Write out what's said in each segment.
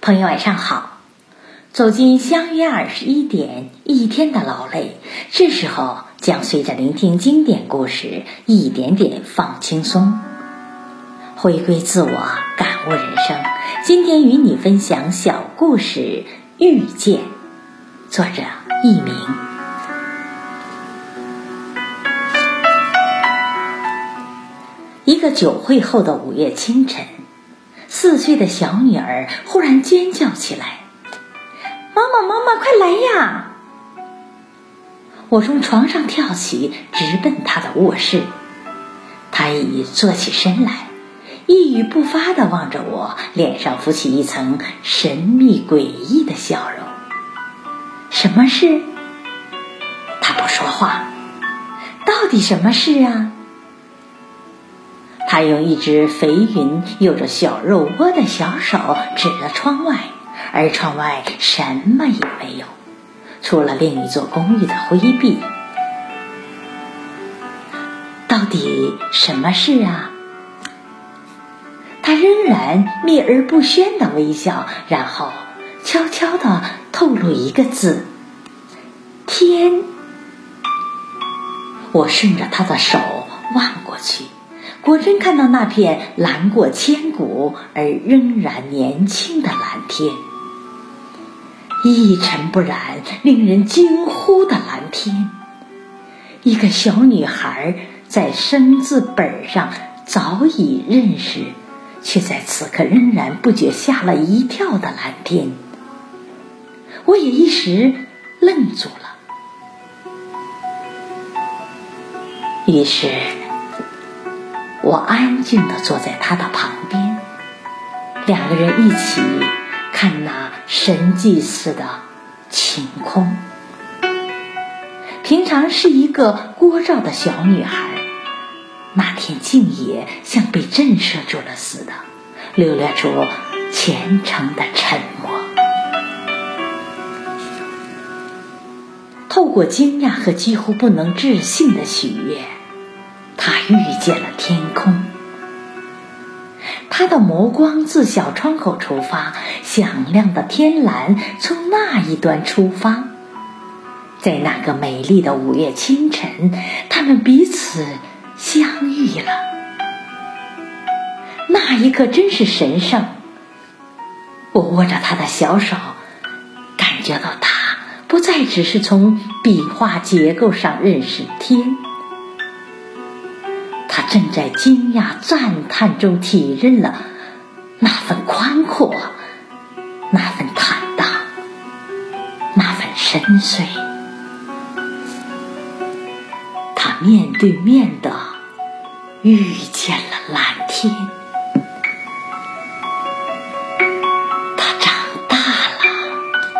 朋友晚上好，走进相约21点，一天的劳累，这时候将随着聆听经典故事，一点点放轻松，回归自我，感悟人生。今天与你分享小故事遇见，作者佚名。一个酒会后的午夜清晨，4岁的小女儿忽然尖叫起来：妈妈，妈妈，快来呀！我从床上跳起，直奔她的卧室。她已坐起身来，一语不发地望着我，脸上浮起一层神秘诡异的笑容。什么事？她不说话。到底什么事啊？他用一只肥匀有着小肉窝的小手指着窗外，而窗外什么也没有，除了另一座公寓的灰壁。到底什么事啊？他仍然秘而不宣地微笑，然后悄悄地透露一个字：天。我顺着他的手望过去，果真看到那片蓝过千古而仍然年轻的蓝天，一尘不染，令人惊呼的蓝天。一个小女孩在生字本上早已认识，却在此刻仍然不觉吓了一跳的蓝天。我也一时愣住了。于是我安静地坐在他的旁边，两个人一起看那神迹似的晴空。平常是一个聒噪的小女孩，那天竟也像被震慑住了似的，流露出虔诚的沉默。透过惊讶和几乎不能置信的喜悦，他遇见了天空。他的眸光自小窗口出发，响亮的天蓝从那一端出发。在那个美丽的午夜清晨，他们彼此相遇了。那一刻真是神圣。我握着他的小手，感觉到他不再只是从笔画结构上认识天，他正在惊讶赞叹中体认了那份宽阔，那份坦荡，那份深邃。他面对面地遇见了蓝天。他长大了。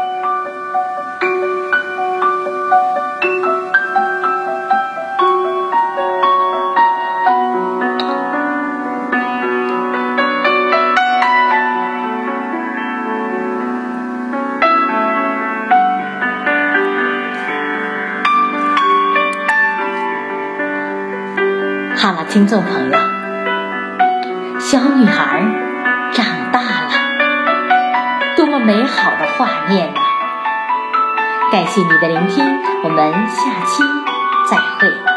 好了，听众朋友，小女孩长大了，多么美好的画面啊！感谢你的聆听，我们下期再会。